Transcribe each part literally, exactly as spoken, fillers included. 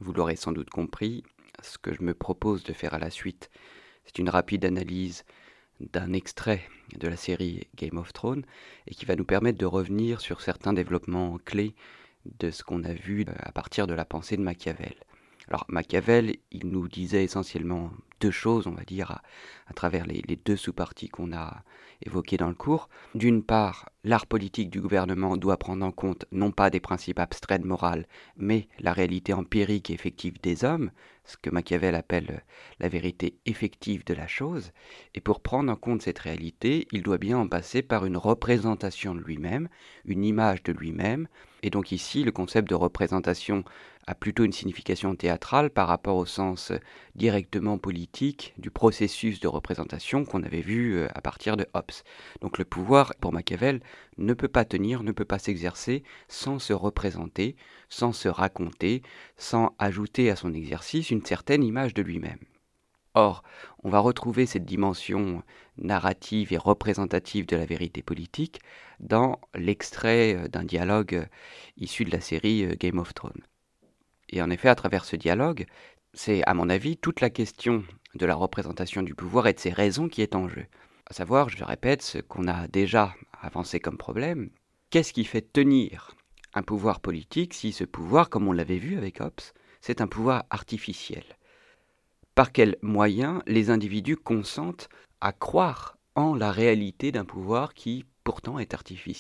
Vous l'aurez sans doute compris, ce que je me propose de faire à la suite, c'est une rapide analyse d'un extrait de la série Game of Thrones et qui va nous permettre de revenir sur certains développements clés de ce qu'on a vu à partir de la pensée de Machiavel. Alors Machiavel, il nous disait essentiellement deux choses, on va dire, à, à travers les, les deux sous-parties qu'on a évoquées dans le cours. D'une part, l'art politique du gouvernement doit prendre en compte non pas des principes abstraits de morale, mais la réalité empirique et effective des hommes, ce que Machiavel appelle la vérité effective de la chose. Et pour prendre en compte cette réalité, il doit bien en passer par une représentation de lui-même, une image de lui-même. Et donc ici, le concept de représentation a plutôt une signification théâtrale par rapport au sens directement politique du processus de représentation qu'on avait vu à partir de Hobbes. Donc le pouvoir, pour Machiavel, ne peut pas tenir, ne peut pas s'exercer sans se représenter, sans se raconter, sans ajouter à son exercice une certaine image de lui-même. Or, on va retrouver cette dimension narrative et représentative de la vérité politique dans l'extrait d'un dialogue issu de la série Game of Thrones. Et en effet, à travers ce dialogue, c'est, à mon avis, toute la question de la représentation du pouvoir et de ses raisons qui est en jeu. À savoir, je répète, ce qu'on a déjà avancé comme problème, qu'est-ce qui fait tenir un pouvoir politique si ce pouvoir, comme on l'avait vu avec Hobbes, c'est un pouvoir artificiel ? Par quels moyens les individus consentent à croire en la réalité d'un pouvoir qui, pourtant, est artificiel ?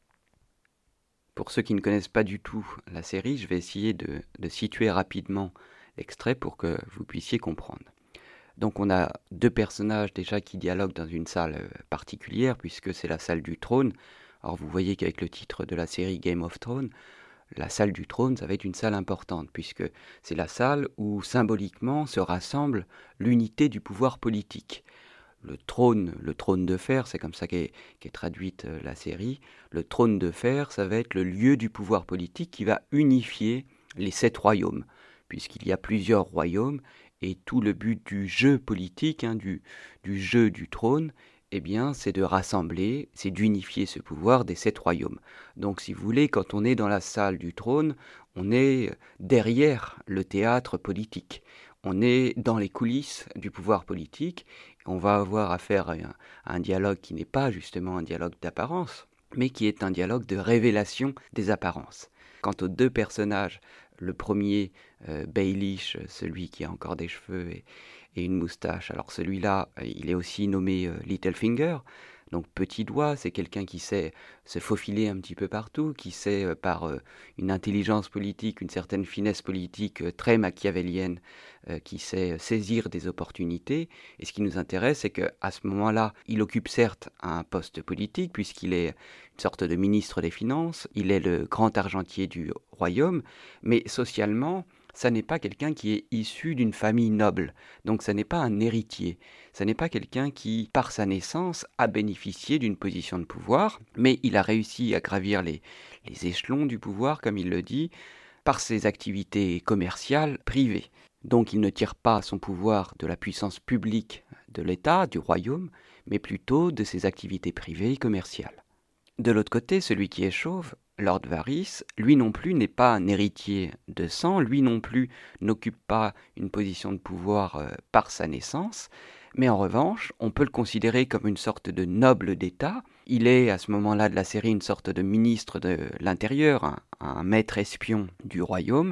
Pour ceux qui ne connaissent pas du tout la série, je vais essayer de, de situer rapidement l'extrait pour que vous puissiez comprendre. Donc on a deux personnages déjà qui dialoguent dans une salle particulière, puisque c'est la salle du trône. Alors vous voyez qu'avec le titre de la série Game of Thrones, la salle du trône, ça va être une salle importante, puisque c'est la salle où symboliquement se rassemble l'unité du pouvoir politique. Le trône, le trône de fer, c'est comme ça qu'est, qu'est traduite la série. Le trône de fer, ça va être le lieu du pouvoir politique qui va unifier les sept royaumes, puisqu'il y a plusieurs royaumes, et tout le but du jeu politique, hein, du, du jeu du trône, eh bien, c'est de rassembler, c'est d'unifier ce pouvoir des sept royaumes. Donc, si vous voulez, quand on est dans la salle du trône, on est derrière le théâtre politique. On est dans les coulisses du pouvoir politique. On va avoir affaire à un, à un dialogue qui n'est pas justement un dialogue d'apparence, mais qui est un dialogue de révélation des apparences. Quant aux deux personnages, le premier, euh, Baelish, celui qui a encore des cheveux et, et une moustache. Alors celui-là, il est aussi nommé euh, Littlefinger, donc petit doigt, c'est quelqu'un qui sait se faufiler un petit peu partout, qui sait euh, par euh, une intelligence politique, une certaine finesse politique euh, très machiavélienne, euh, qui sait saisir des opportunités. Et ce qui nous intéresse, c'est qu'à ce moment-là, il occupe certes un poste politique, puisqu'il est une sorte de ministre des Finances, il est le grand argentier du royaume, mais socialement, ça n'est pas quelqu'un qui est issu d'une famille noble, donc ça n'est pas un héritier, ça n'est pas quelqu'un qui, par sa naissance, a bénéficié d'une position de pouvoir, mais il a réussi à gravir les, les échelons du pouvoir, comme il le dit, par ses activités commerciales privées. Donc il ne tire pas son pouvoir de la puissance publique de l'État, du royaume, mais plutôt de ses activités privées et commerciales. De l'autre côté, celui qui est chauve, Lord Varys, lui non plus n'est pas un héritier de sang, lui non plus n'occupe pas une position de pouvoir euh, par sa naissance, mais en revanche, on peut le considérer comme une sorte de noble d'État. Il est à ce moment-là de la série une sorte de ministre de l'Intérieur, un, un maître espion du royaume,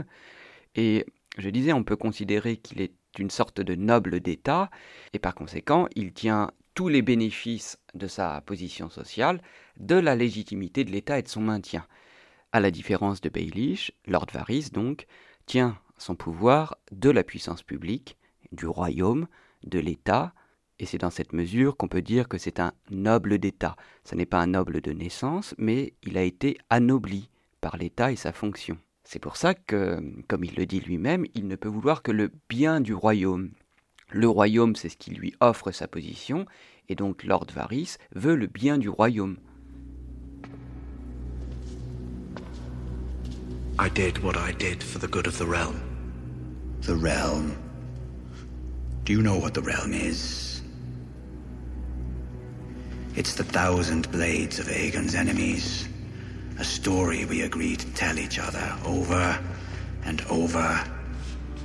et je disais, on peut considérer qu'il est une sorte de noble d'État, et par conséquent, il tient tous les bénéfices de sa position sociale, de la légitimité de l'État et de son maintien. À la différence de Baelish, Lord Varys, donc, tient son pouvoir de la puissance publique, du royaume, de l'État, et c'est dans cette mesure qu'on peut dire que c'est un noble d'État. Ce n'est pas un noble de naissance, mais il a été anobli par l'État et sa fonction. C'est pour ça que, comme il le dit lui-même, il ne peut vouloir que le bien du royaume. Le royaume, c'est ce qui lui offre sa position, et donc Lord Varys veut le bien du royaume. I did what I did for the good of the realm. The realm? Do you know what the realm is? It's the thousand blades of Aegon's enemies. A story we agreed to tell each other over and over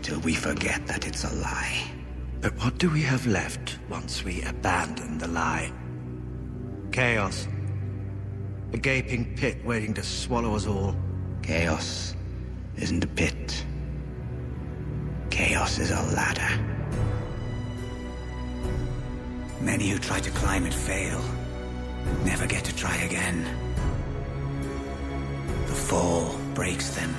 till we forget that it's a lie. But what do we have left once we abandon the lie? Chaos. A gaping pit waiting to swallow us all. Chaos isn't a pit. Chaos is a ladder. Many who try to climb it fail, never get to try again. The fall breaks them.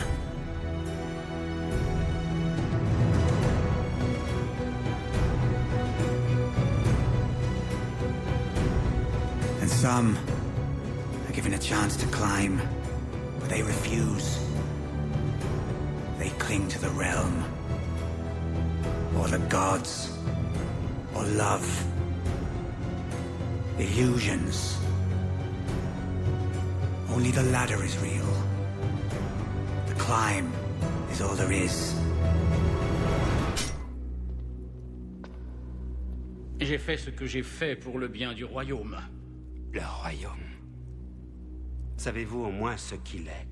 And some are given a chance to climb, but they refuse. They cling to the realm, or the gods, or love. Illusions. Only the ladder is real. The climb is all there is. J'ai fait ce que j'ai fait pour le bien du royaume. Le royaume. Savez-vous au moins ce qu'il est?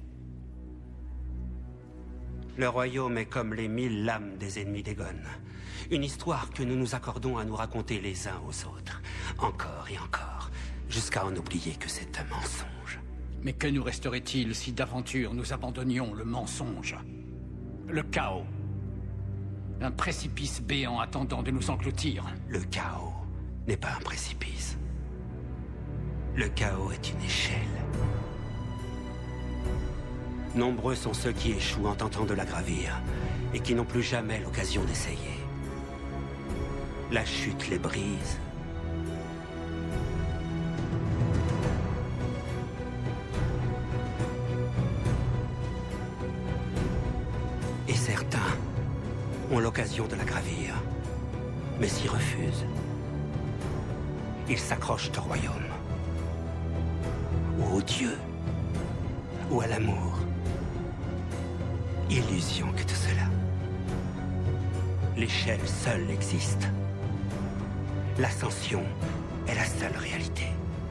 Le royaume est comme les mille lames des ennemis d'Egon. Une histoire que nous nous accordons à nous raconter les uns aux autres, encore et encore, jusqu'à en oublier que c'est un mensonge. Mais que nous resterait-il si d'aventure nous abandonnions le mensonge? Le chaos. Un précipice béant attendant de nous engloutir. Le chaos n'est pas un précipice. Le chaos est une échelle. Nombreux sont ceux qui échouent en tentant de la gravir et qui n'ont plus jamais l'occasion d'essayer. La chute les brise. Et certains ont l'occasion de la gravir, mais s'y refusent. Ils s'accrochent au royaume, ou au Dieu, ou à l'amour. Illusion que tout cela. L'échelle seule existe. L'ascension est la seule réalité.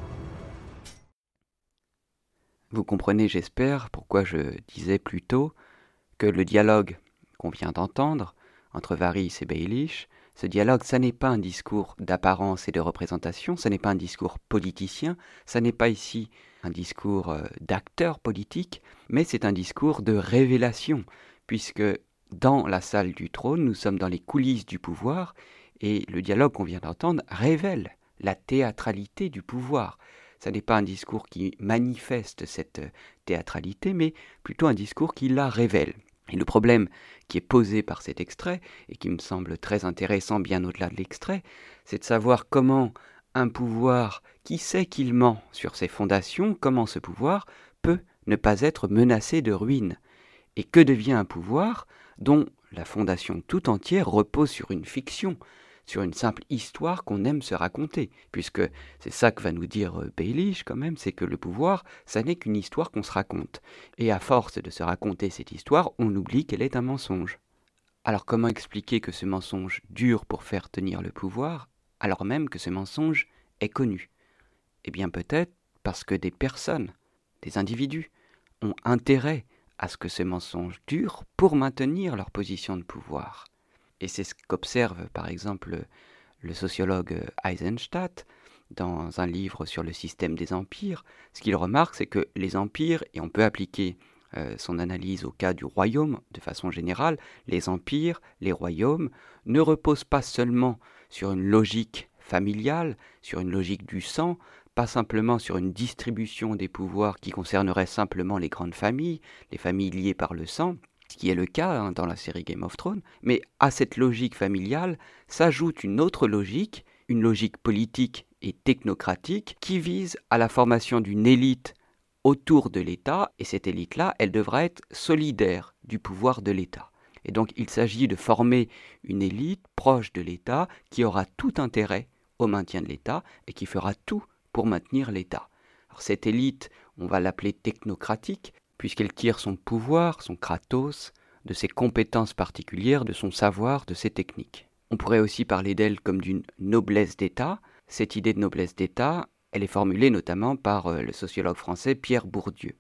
Vous comprenez, j'espère, pourquoi je disais plus tôt que le dialogue qu'on vient d'entendre entre Varys et Baelish, ce dialogue, ça n'est pas un discours d'apparence et de représentation, ce n'est pas un discours politicien, ça n'est pas ici un discours euh, d'acteur politique, mais c'est un discours de révélation, puisque dans la salle du trône, nous sommes dans les coulisses du pouvoir, et le dialogue qu'on vient d'entendre révèle la théâtralité du pouvoir. Ce n'est pas un discours qui manifeste cette théâtralité, mais plutôt un discours qui la révèle. Et le problème qui est posé par cet extrait, et qui me semble très intéressant bien au-delà de l'extrait, c'est de savoir comment un pouvoir qui sait qu'il ment sur ses fondations, comment ce pouvoir peut ne pas être menacé de ruine. Et que devient un pouvoir dont la fondation tout entière repose sur une fiction, sur une simple histoire qu'on aime se raconter, puisque c'est ça que va nous dire Baelish quand même, c'est que le pouvoir, ça n'est qu'une histoire qu'on se raconte. Et à force de se raconter cette histoire, on oublie qu'elle est un mensonge. Alors comment expliquer que ce mensonge dure pour faire tenir le pouvoir, alors même que ce mensonge est connu? Eh bien peut-être parce que des personnes, des individus, ont intérêt à ce que ce mensonge dure pour maintenir leur position de pouvoir. Et c'est ce qu'observe par exemple le sociologue Eisenstadt dans un livre sur le système des empires. Ce qu'il remarque, c'est que les empires, et on peut appliquer euh, son analyse au cas du royaume de façon générale, les empires, les royaumes, ne reposent pas seulement sur une logique familiale, sur une logique du sang, pas simplement sur une distribution des pouvoirs qui concernerait simplement les grandes familles, les familles liées par le sang, ce qui est le cas hein, dans la série Game of Thrones, mais à cette logique familiale s'ajoute une autre logique, une logique politique et technocratique qui vise à la formation d'une élite autour de l'État, et cette élite-là, elle devra être solidaire du pouvoir de l'État. Et donc il s'agit de former une élite proche de l'État qui aura tout intérêt au maintien de l'État et qui fera tout pour maintenir l'État. Alors cette élite, on va l'appeler technocratique, puisqu'elle tire son pouvoir, son kratos, de ses compétences particulières, de son savoir, de ses techniques. On pourrait aussi parler d'elle comme d'une noblesse d'État. Cette idée de noblesse d'État, elle est formulée notamment par le sociologue français Pierre Bourdieu.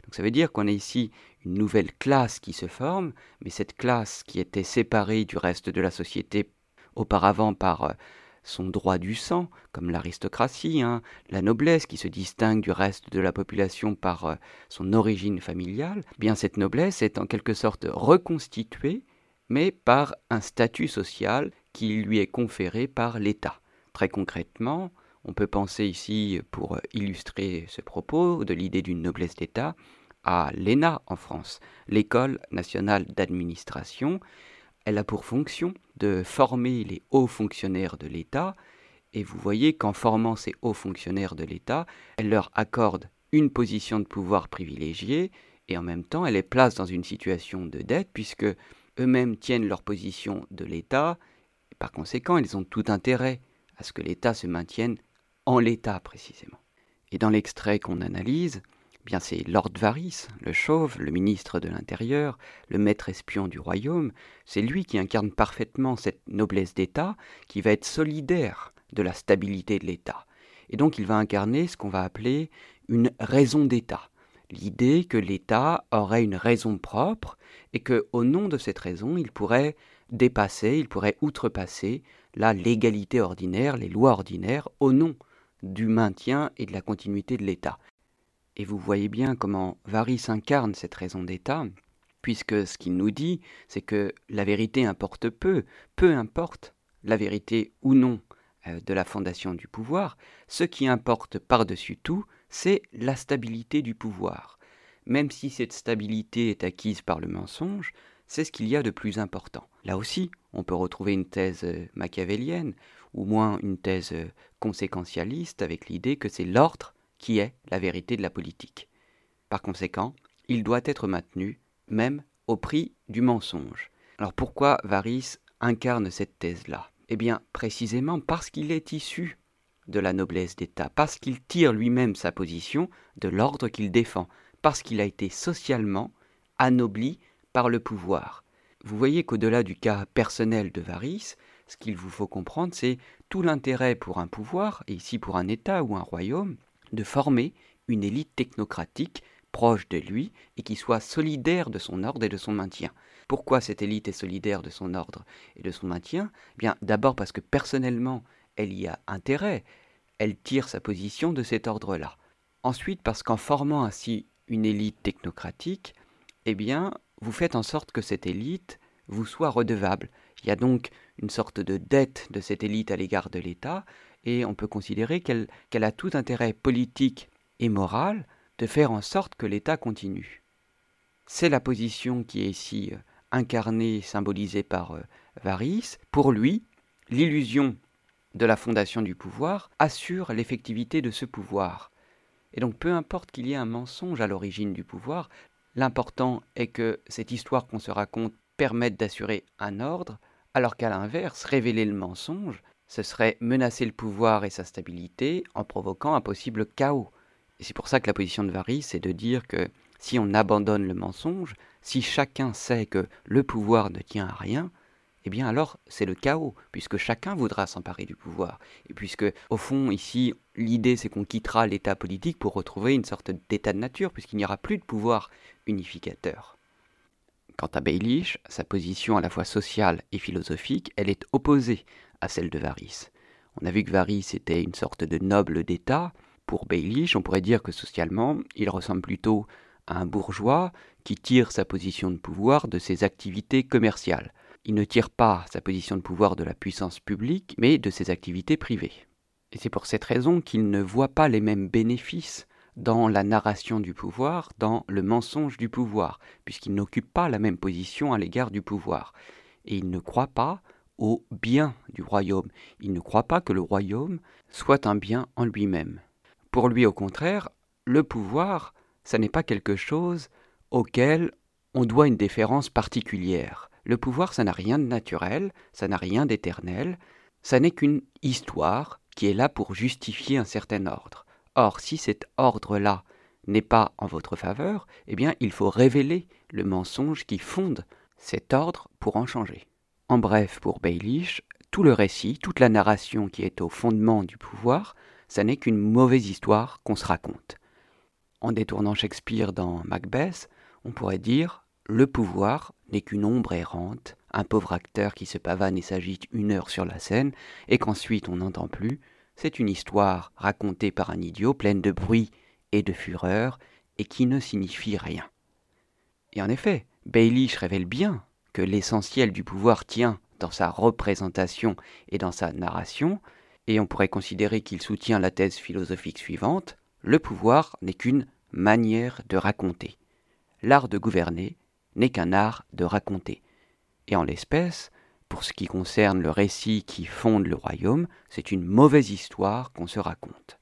Donc ça veut dire qu'on a ici une nouvelle classe qui se forme, mais cette classe qui était séparée du reste de la société auparavant par euh, son droit du sang, comme l'aristocratie, hein, la noblesse qui se distingue du reste de la population par euh, son origine familiale, eh bien cette noblesse est en quelque sorte reconstituée, mais par un statut social qui lui est conféré par l'État. Très concrètement, on peut penser ici, pour illustrer ce propos de l'idée d'une noblesse d'État, à l'E N A en France, l'École nationale d'administration. Elle a pour fonction de former les hauts fonctionnaires de l'État, et vous voyez qu'en formant ces hauts fonctionnaires de l'État, elle leur accorde une position de pouvoir privilégiée, et en même temps elle les place dans une situation de dette, puisque eux-mêmes tiennent leur position de l'État, et par conséquent ils ont tout intérêt à ce que l'État se maintienne en l'État précisément. Et dans l'extrait qu'on analyse, eh bien c'est Lord Varys, le chauve, le ministre de l'Intérieur, le maître espion du royaume, c'est lui qui incarne parfaitement cette noblesse d'État qui va être solidaire de la stabilité de l'État. Et donc il va incarner ce qu'on va appeler une raison d'État. L'idée que l'État aurait une raison propre et qu'au nom de cette raison, il pourrait dépasser, il pourrait outrepasser la légalité ordinaire, les lois ordinaires, au nom du maintien et de la continuité de l'État. Et vous voyez bien comment Varys incarne cette raison d'État, puisque ce qu'il nous dit, c'est que la vérité importe peu, peu importe la vérité ou non euh, de la fondation du pouvoir, ce qui importe par-dessus tout, c'est la stabilité du pouvoir. Même si cette stabilité est acquise par le mensonge, c'est ce qu'il y a de plus important. Là aussi, on peut retrouver une thèse euh, machiavélienne, ou moins une thèse euh, conséquentialiste, avec l'idée que c'est l'ordre qui est la vérité de la politique. Par conséquent, il doit être maintenu, même au prix du mensonge. Alors pourquoi Varys incarne cette thèse-là ? Eh bien, précisément parce qu'il est issu de la noblesse d'État, parce qu'il tire lui-même sa position de l'ordre qu'il défend, parce qu'il a été socialement anobli par le pouvoir. Vous voyez qu'au-delà du cas personnel de Varys, ce qu'il vous faut comprendre, c'est tout l'intérêt pour un pouvoir, et ici pour un État ou un royaume, de former une élite technocratique proche de lui et qui soit solidaire de son ordre et de son maintien. Pourquoi cette élite est solidaire de son ordre et de son maintien ? Eh bien, d'abord parce que personnellement, elle y a intérêt, elle tire sa position de cet ordre-là. Ensuite, parce qu'en formant ainsi une élite technocratique, eh bien, vous faites en sorte que cette élite vous soit redevable. Il y a donc une sorte de dette de cette élite à l'égard de l'État, et on peut considérer qu'elle, qu'elle a tout intérêt politique et moral de faire en sorte que l'État continue. C'est la position qui est ici euh, incarnée, symbolisée par euh, Varys. Pour lui, l'illusion de la fondation du pouvoir assure l'effectivité de ce pouvoir. Et donc peu importe qu'il y ait un mensonge à l'origine du pouvoir, l'important est que cette histoire qu'on se raconte permette d'assurer un ordre, alors qu'à l'inverse, révéler le mensonge, ce serait menacer le pouvoir et sa stabilité en provoquant un possible chaos. Et c'est pour ça que la position de Varys, c'est de dire que si on abandonne le mensonge, si chacun sait que le pouvoir ne tient à rien, eh bien alors c'est le chaos, puisque chacun voudra s'emparer du pouvoir. Et puisque, au fond, ici, l'idée c'est qu'on quittera l'état politique pour retrouver une sorte d'état de nature, puisqu'il n'y aura plus de pouvoir unificateur. Quant à Baelish, sa position à la fois sociale et philosophique, elle est opposée à celle de Varys. On a vu que Varys était une sorte de noble d'État. Pour Baelish, on pourrait dire que socialement, il ressemble plutôt à un bourgeois qui tire sa position de pouvoir de ses activités commerciales. Il ne tire pas sa position de pouvoir de la puissance publique, mais de ses activités privées. Et c'est pour cette raison qu'il ne voit pas les mêmes bénéfices dans la narration du pouvoir, dans le mensonge du pouvoir, puisqu'il n'occupe pas la même position à l'égard du pouvoir. Et il ne croit pas au bien du royaume. Il ne croit pas que le royaume soit un bien en lui-même. Pour lui, au contraire, le pouvoir, ça n'est pas quelque chose auquel on doit une déférence particulière. Le pouvoir, ça n'a rien de naturel, ça n'a rien d'éternel, ça n'est qu'une histoire qui est là pour justifier un certain ordre. Or, si cet ordre-là n'est pas en votre faveur, eh bien, il faut révéler le mensonge qui fonde cet ordre pour en changer. En bref, pour Baelish, tout le récit, toute la narration qui est au fondement du pouvoir, ça n'est qu'une mauvaise histoire qu'on se raconte. En détournant Shakespeare dans Macbeth, on pourrait dire « Le pouvoir n'est qu'une ombre errante, un pauvre acteur qui se pavane et s'agite une heure sur la scène, et qu'ensuite on n'entend plus. C'est une histoire racontée par un idiot, pleine de bruit et de fureur, et qui ne signifie rien. » Et en effet, Baelish révèle bien que l'essentiel du pouvoir tient dans sa représentation et dans sa narration, et on pourrait considérer qu'il soutient la thèse philosophique suivante, le pouvoir n'est qu'une manière de raconter. L'art de gouverner n'est qu'un art de raconter. Et en l'espèce, pour ce qui concerne le récit qui fonde le royaume, c'est une mauvaise histoire qu'on se raconte.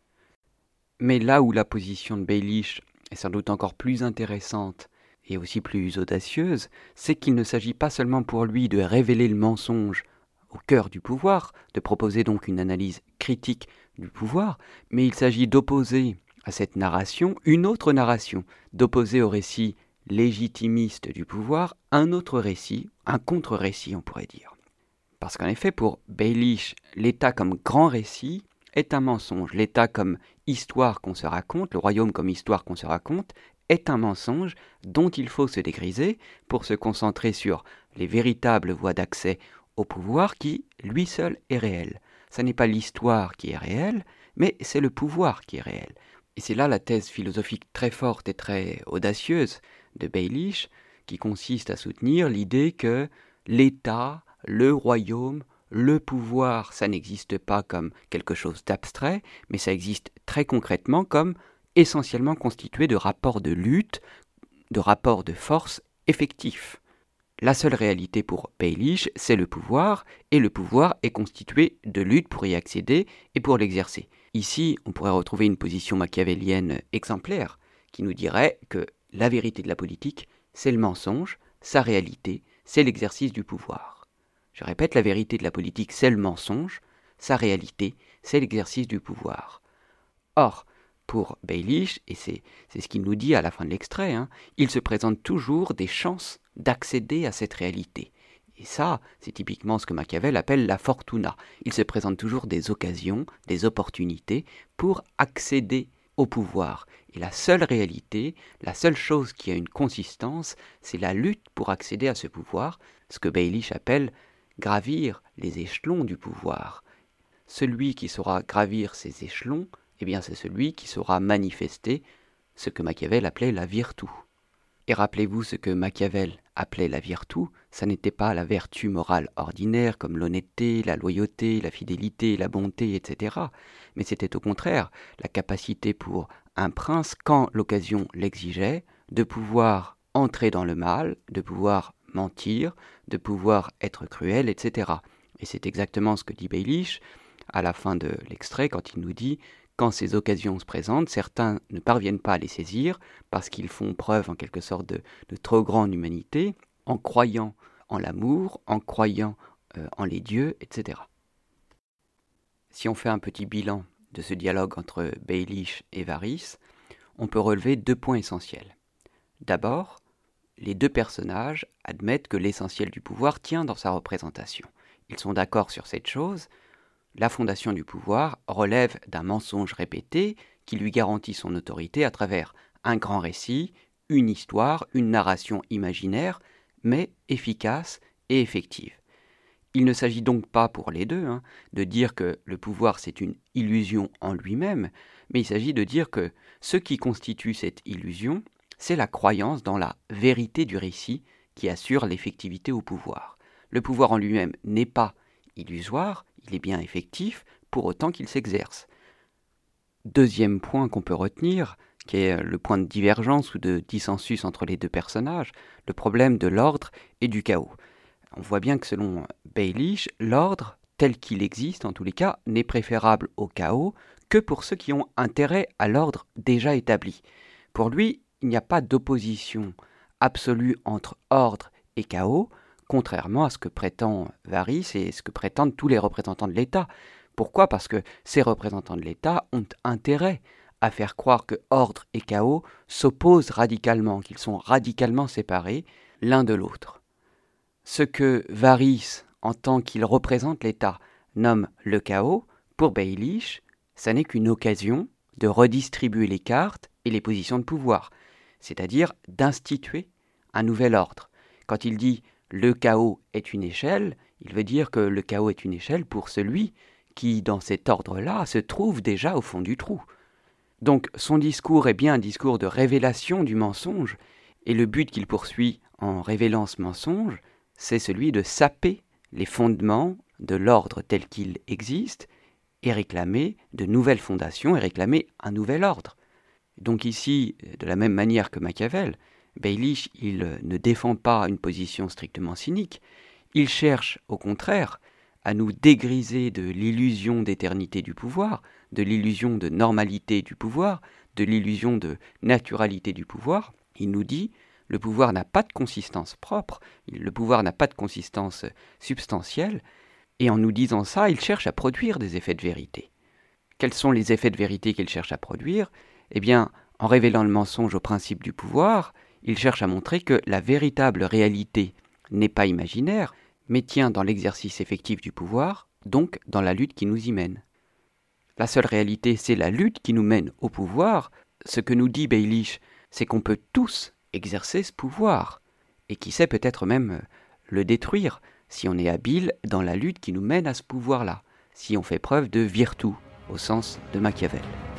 Mais là où la position de Baelish est sans doute encore plus intéressante et aussi plus audacieuse, c'est qu'il ne s'agit pas seulement pour lui de révéler le mensonge au cœur du pouvoir, de proposer donc une analyse critique du pouvoir, mais il s'agit d'opposer à cette narration une autre narration, d'opposer au récit légitimiste du pouvoir un autre récit, un contre-récit on pourrait dire. Parce qu'en effet, pour Baelish, l'État comme grand récit est un mensonge. L'État comme histoire qu'on se raconte, le royaume comme histoire qu'on se raconte, est un mensonge dont il faut se dégriser pour se concentrer sur les véritables voies d'accès au pouvoir qui, lui seul, est réel. Ce n'est pas l'histoire qui est réelle, mais c'est le pouvoir qui est réel. Et c'est là la thèse philosophique très forte et très audacieuse de Baelish, qui consiste à soutenir l'idée que l'État, le royaume, le pouvoir, ça n'existe pas comme quelque chose d'abstrait, mais ça existe très concrètement comme essentiellement constitué de rapports de lutte, de rapports de force effectifs. La seule réalité pour Baelish, c'est le pouvoir, et le pouvoir est constitué de lutte pour y accéder et pour l'exercer. Ici, on pourrait retrouver une position machiavélienne exemplaire, qui nous dirait que la vérité de la politique, c'est le mensonge, sa réalité, c'est l'exercice du pouvoir. Je répète, la vérité de la politique, c'est le mensonge, sa réalité, c'est l'exercice du pouvoir. Or, pour Baelish, et c'est, c'est ce qu'il nous dit à la fin de l'extrait, hein, il se présente toujours des chances d'accéder à cette réalité. Et ça, c'est typiquement ce que Machiavel appelle la fortuna. Il se présente toujours des occasions, des opportunités pour accéder au pouvoir. Et la seule réalité, la seule chose qui a une consistance, c'est la lutte pour accéder à ce pouvoir, ce que Baelish appelle gravir les échelons du pouvoir. Celui qui saura gravir ces échelons, eh bien c'est celui qui saura manifester ce que Machiavel appelait la virtu. Et rappelez-vous ce que Machiavel appelait la virtu, ça n'était pas la vertu morale ordinaire comme l'honnêteté, la loyauté, la fidélité, la bonté, et cetera. Mais c'était au contraire la capacité pour un prince, quand l'occasion l'exigeait, de pouvoir entrer dans le mal, de pouvoir mentir, de pouvoir être cruel, et cetera. Et c'est exactement ce que dit Baelish à la fin de l'extrait quand il nous dit « Quand ces occasions se présentent, certains ne parviennent pas à les saisir parce qu'ils font preuve en quelque sorte de, de trop grande humanité, en croyant en l'amour, en croyant euh, en les dieux, et cetera. » Si on fait un petit bilan de ce dialogue entre Baelish et Varys, on peut relever deux points essentiels. D'abord, les deux personnages admettent que l'essentiel du pouvoir tient dans sa représentation. Ils sont d'accord sur cette chose. La fondation du pouvoir relève d'un mensonge répété qui lui garantit son autorité à travers un grand récit, une histoire, une narration imaginaire, mais efficace et effective. Il ne s'agit donc pas pour les deux hein, de dire que le pouvoir c'est une illusion en lui-même, mais il s'agit de dire que ce qui constitue cette illusion, c'est la croyance dans la vérité du récit qui assure l'effectivité au pouvoir. Le pouvoir en lui-même n'est pas illusoire, il est bien effectif, pour autant qu'il s'exerce. Deuxième point qu'on peut retenir, qui est le point de divergence ou de dissensus entre les deux personnages, le problème de l'ordre et du chaos. On voit bien que selon Baelish, l'ordre, tel qu'il existe en tous les cas, n'est préférable au chaos que pour ceux qui ont intérêt à l'ordre déjà établi. Pour lui, il n'y a pas d'opposition absolue entre ordre et chaos, contrairement à ce que prétend Varys et ce que prétendent tous les représentants de l'État. Pourquoi ? Parce que ces représentants de l'État ont intérêt à faire croire que ordre et chaos s'opposent radicalement, qu'ils sont radicalement séparés l'un de l'autre. Ce que Varys, en tant qu'il représente l'État, nomme le chaos, pour Baelish, ça n'est qu'une occasion de redistribuer les cartes et les positions de pouvoir, c'est-à-dire d'instituer un nouvel ordre. Quand il dit « le chaos est une échelle », il veut dire que le chaos est une échelle pour celui qui, dans cet ordre-là, se trouve déjà au fond du trou. Donc son discours est bien un discours de révélation du mensonge, et le but qu'il poursuit en révélant ce mensonge, c'est celui de saper les fondements de l'ordre tel qu'il existe, et réclamer de nouvelles fondations, et réclamer un nouvel ordre. Donc ici, de la même manière que Machiavel, Baelish, il ne défend pas une position strictement cynique, il cherche au contraire à nous dégriser de l'illusion d'éternité du pouvoir, de l'illusion de normalité du pouvoir, de l'illusion de naturalité du pouvoir. Il nous dit, le pouvoir n'a pas de consistance propre, le pouvoir n'a pas de consistance substantielle, et en nous disant ça, il cherche à produire des effets de vérité. Quels sont les effets de vérité qu'il cherche à produire ? Eh bien, en révélant le mensonge au principe du pouvoir, il cherche à montrer que la véritable réalité n'est pas imaginaire, mais tient dans l'exercice effectif du pouvoir, donc dans la lutte qui nous y mène. La seule réalité, c'est la lutte qui nous mène au pouvoir. Ce que nous dit Baelish, c'est qu'on peut tous exercer ce pouvoir, et qui sait peut-être même le détruire, si on est habile dans la lutte qui nous mène à ce pouvoir-là, si on fait preuve de virtu, au sens de Machiavel.